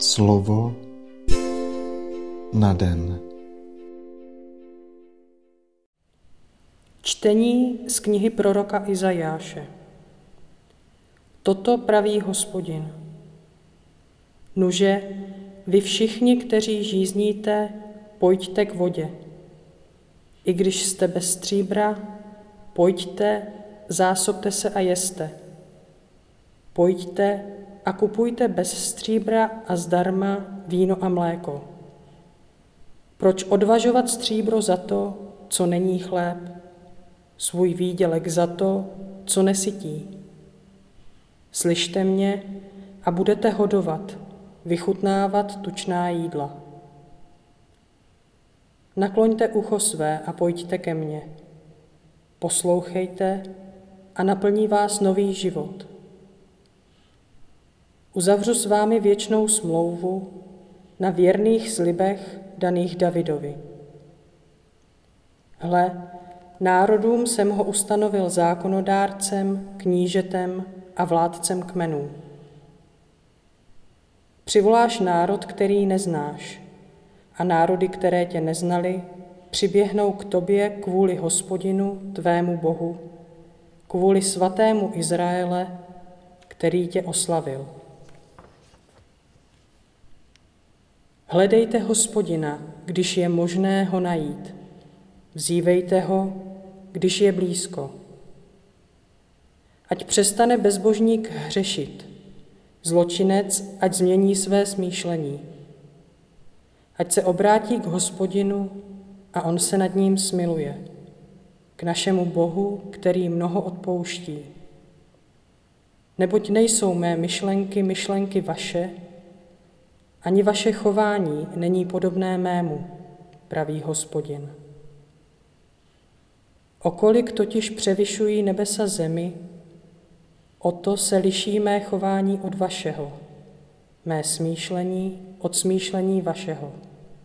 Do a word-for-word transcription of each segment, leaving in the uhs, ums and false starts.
Slovo na den. Čtení z knihy proroka Izajáše. Toto praví Hospodin. Nuže, vy všichni, kteří žízníte, pojďte k vodě. I když jste bez stříbra, pojďte, zásobte se a jeste. Pojďte a kupujte bez stříbra a zdarma víno a mléko. Proč odvažovat stříbro za to, co není chléb, svůj výdělek za to, co nesytí? Slyšte mě a budete hodovat, vychutnávat tučná jídla. Nakloňte ucho své a pojďte ke mně. Poslouchejte a naplní vás nový život. Uzavřu s vámi věčnou smlouvu na věrných slibech daných Davidovi. Hle, národům jsem ho ustanovil zákonodárcem, knížetem a vládcem kmenů. Přivoláš národ, který neznáš, a národy, které tě neznali, přiběhnou k tobě kvůli Hospodinu, tvému Bohu, kvůli svatému Izraele, který tě oslavil. Hledejte Hospodina, když je možné ho najít. Vzívejte ho, když je blízko. Ať přestane bezbožník hřešit, zločinec ať změní své smýšlení. Ať se obrátí k Hospodinu a on se nad ním smiluje, k našemu Bohu, který mnoho odpouští. Neboť nejsou mé myšlenky myšlenky vaše, ani vaše chování není podobné mému, praví Hospodin. O kolik totiž převyšují nebesa zemi, o to se liší mé chování od vašeho, mé smýšlení od smýšlení vašeho.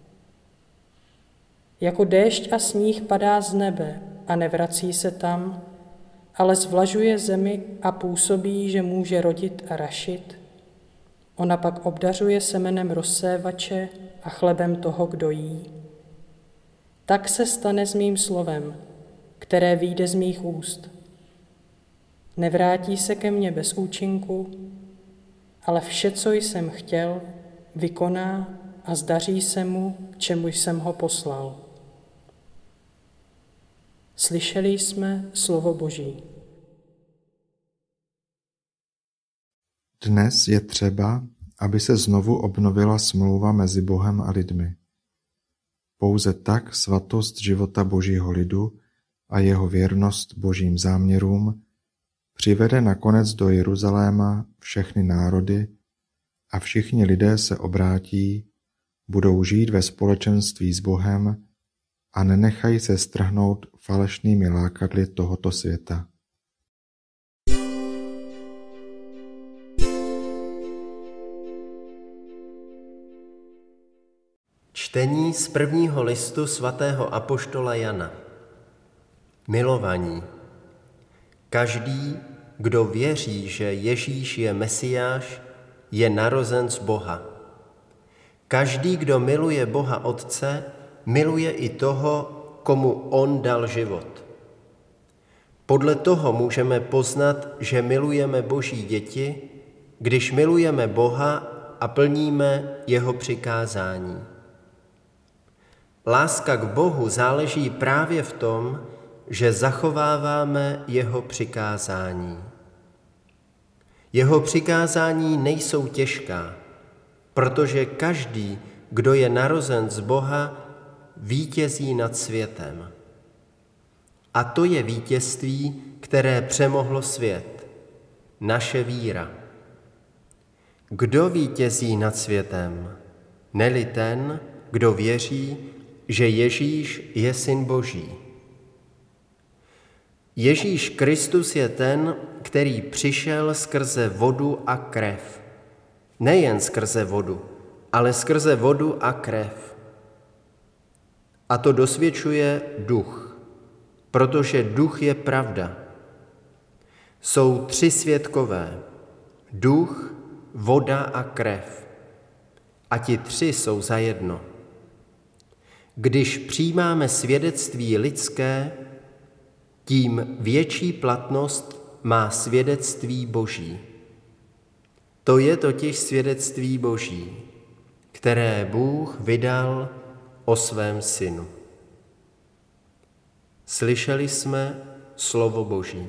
Jako déšť a sníh padá z nebe a nevrací se tam, ale zvlažuje zemi a působí, že může rodit a rašit, ona pak obdařuje semenem rozsévače a chlebem toho, kdo jí. Tak se stane s mým slovem, které vyjde z mých úst. Nevrátí se ke mně bez účinku, ale vše, co jsem chtěl, vykoná a zdaří se mu, k čemu jsem ho poslal. Slyšeli jsme slovo Boží. Dnes je třeba, aby se znovu obnovila smlouva mezi Bohem a lidmi. Pouze tak svatost života Božího lidu a jeho věrnost Božím záměrům přivede nakonec do Jeruzaléma všechny národy a všichni lidé se obrátí, budou žít ve společenství s Bohem a nenechají se strhnout falešnými lákadly tohoto světa. Čtení z prvního listu svatého apoštola Jana. Milovaní, každý, kdo věří, že Ježíš je Mesiáš, je narozen z Boha. Každý, kdo miluje Boha Otce, miluje i toho, komu on dal život. Podle toho můžeme poznat, že milujeme Boží děti, když milujeme Boha a plníme jeho přikázání. Láska k Bohu záleží právě v tom, že zachováváme jeho přikázání. Jeho přikázání nejsou těžká, protože každý, kdo je narozen z Boha, vítězí nad světem. A to je vítězství, které přemohlo svět, naše víra. Kdo vítězí nad světem? Neli ten, kdo věří, že Ježíš je Syn Boží. Ježíš Kristus je ten, který přišel skrze vodu a krev. Nejen skrze vodu, ale skrze vodu a krev. A to dosvědčuje duch, protože duch je pravda. Jsou tři svědkové, duch, voda a krev. a ti tři jsou zajedno. Když přijímáme svědectví lidské, tím větší platnost má svědectví Boží. To je totiž svědectví Boží, které Bůh vydal o svém synu. Slyšeli jsme slovo Boží.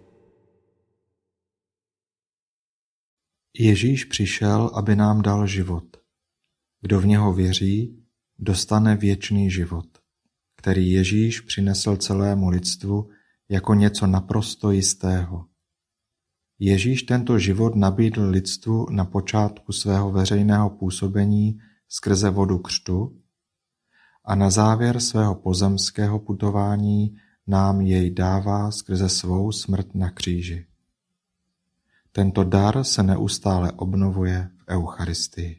Ježíš přišel, aby nám dal život. Kdo v něho věří, dostane věčný život, který Ježíš přinesl celému lidstvu jako něco naprosto jistého. Ježíš tento život nabídl lidstvu na počátku svého veřejného působení skrze vodu křtu a na závěr svého pozemského putování nám jej dává skrze svou smrt na kříži. Tento dar se neustále obnovuje v Eucharistii.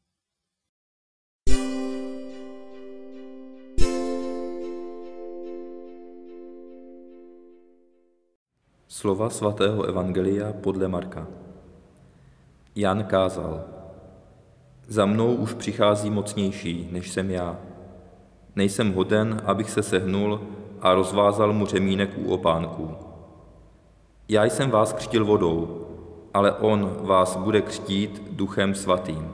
Slova svatého evangelia podle Marka. Jan kázal: Za mnou už přichází mocnější, než jsem já. Nejsem hoden, abych se sehnul a rozvázal mu řemínek u opánků. Já jsem vás křtil vodou, ale on vás bude křtít Duchem Svatým.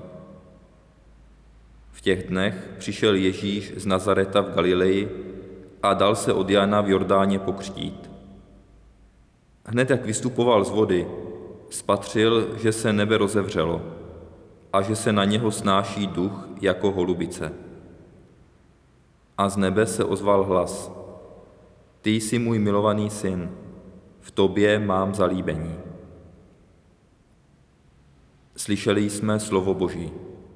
V těch dnech přišel Ježíš z Nazareta v Galileji a dal se od Jana v Jordáně pokřtít. Hned jak vystupoval z vody, spatřil, že se nebe rozevřelo a že se na něho snáší duch jako holubice. A z nebe se ozval hlas: Ty jsi můj milovaný syn, v tobě mám zalíbení. Slyšeli jsme slovo Boží.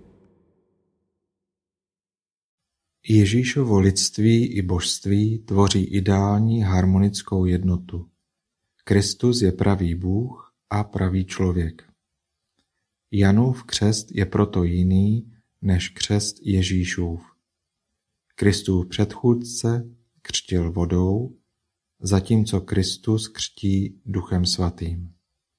Ježíšovo lidství i božství tvoří ideální harmonickou jednotu. Kristus je pravý Bůh a pravý člověk. Janův křest je proto jiný než křest Ježíšův. Kristův předchůdce křtil vodou, zatímco Kristus křtí Duchem Svatým.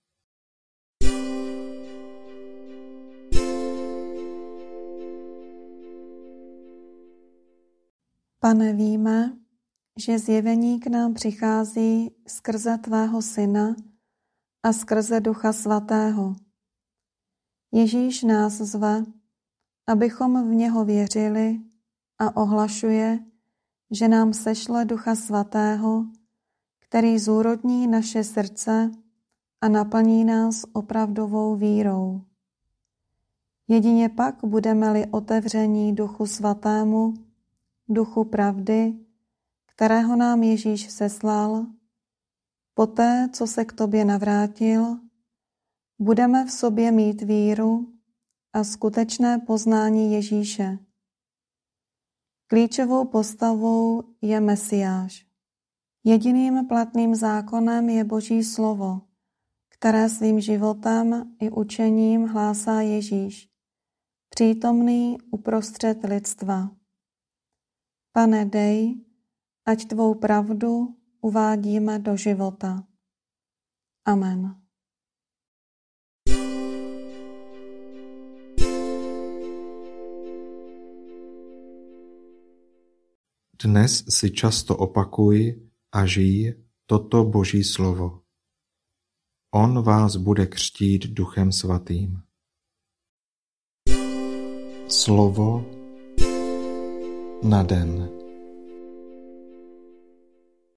Pane, víme, že zjevení k nám přichází skrze tvého Syna a skrze Ducha Svatého. Ježíš nás zve, abychom v něho věřili, a ohlašuje, že nám sešle Ducha Svatého, který zúrodní naše srdce a naplní nás opravdovou vírou. Jedině pak budeme-li otevření Duchu Svatému, Duchu pravdy, kterého nám Ježíš seslal, poté, co se k tobě navrátil, budeme v sobě mít víru a skutečné poznání Ježíše. Klíčovou postavou je Mesiáš. Jediným platným zákonem je Boží slovo, které svým životem i učením hlásá Ježíš, přítomný uprostřed lidstva. Pane, dej, ať tvou pravdu uvádíme do života. Amen. Dnes si často opakuj a žij toto Boží slovo. On vás bude křtít Duchem Svatým. Slovo na den.